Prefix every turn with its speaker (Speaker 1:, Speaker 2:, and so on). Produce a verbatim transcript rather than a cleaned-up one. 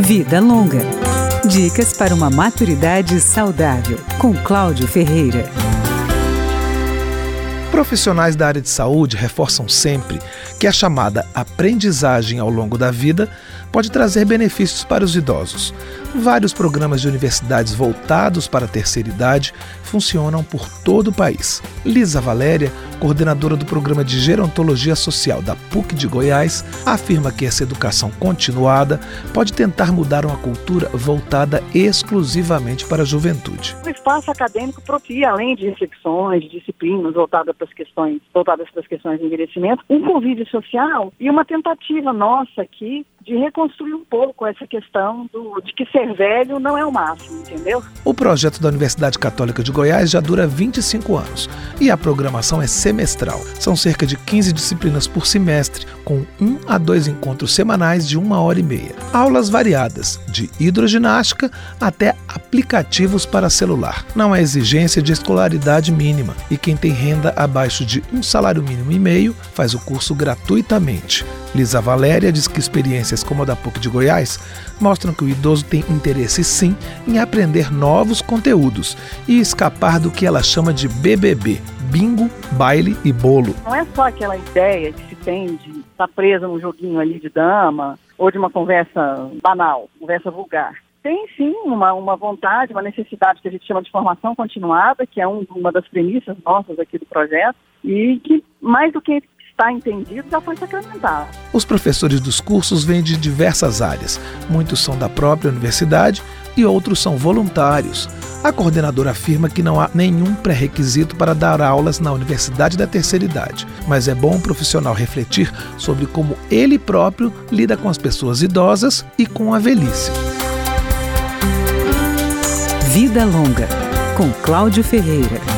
Speaker 1: Vida Longa. Dicas para uma maturidade saudável, com Cláudio Ferreira.
Speaker 2: Profissionais da área de saúde reforçam sempre que a chamada aprendizagem ao longo da vida pode trazer benefícios para os idosos. Vários programas de universidades voltados para a terceira idade funcionam por todo o país. Lisa Valéria, coordenadora do Programa de Gerontologia Social da P U C de Goiás, afirma que essa educação continuada pode tentar mudar uma cultura voltada exclusivamente para a juventude.
Speaker 3: O espaço acadêmico propicia, além de reflexões, de disciplinas voltadas para as questões, voltadas para as questões de envelhecimento, um convívio social e uma tentativa nossa aqui de reconstruir um pouco essa questão do, de que ser velho não é o máximo, entendeu?
Speaker 2: O projeto da Universidade Católica de Goiás já dura vinte e cinco anos e a programação é semestral. São cerca de quinze disciplinas por semestre, com um a dois encontros semanais de uma hora e meia. Aulas variadas, de hidroginástica até aplicativos para celular. Não há exigência de escolaridade mínima e quem tem renda abaixo de um salário mínimo e meio faz o curso gratuitamente. Lisa Valéria diz que experiências como a da P U C de Goiás mostram que o idoso tem interesse sim em aprender novos conteúdos e escapar do que ela chama de B B B, bingo, baile e bolo.
Speaker 3: Não é só aquela ideia que se tem de estar presa num joguinho ali de dama ou de uma conversa banal, conversa vulgar. Tem sim uma, uma vontade, uma necessidade que a gente chama de formação continuada, que é um, uma das premissas nossas aqui do projeto e que mais do que está entendido, já foi sacramentado.
Speaker 2: Os professores dos cursos vêm de diversas áreas. Muitos são da própria universidade e outros são voluntários. A coordenadora afirma que não há nenhum pré-requisito para dar aulas na Universidade da Terceira Idade, mas é bom o profissional refletir sobre como ele próprio lida com as pessoas idosas e com a velhice.
Speaker 1: Vida Longa, com Cláudio Ferreira.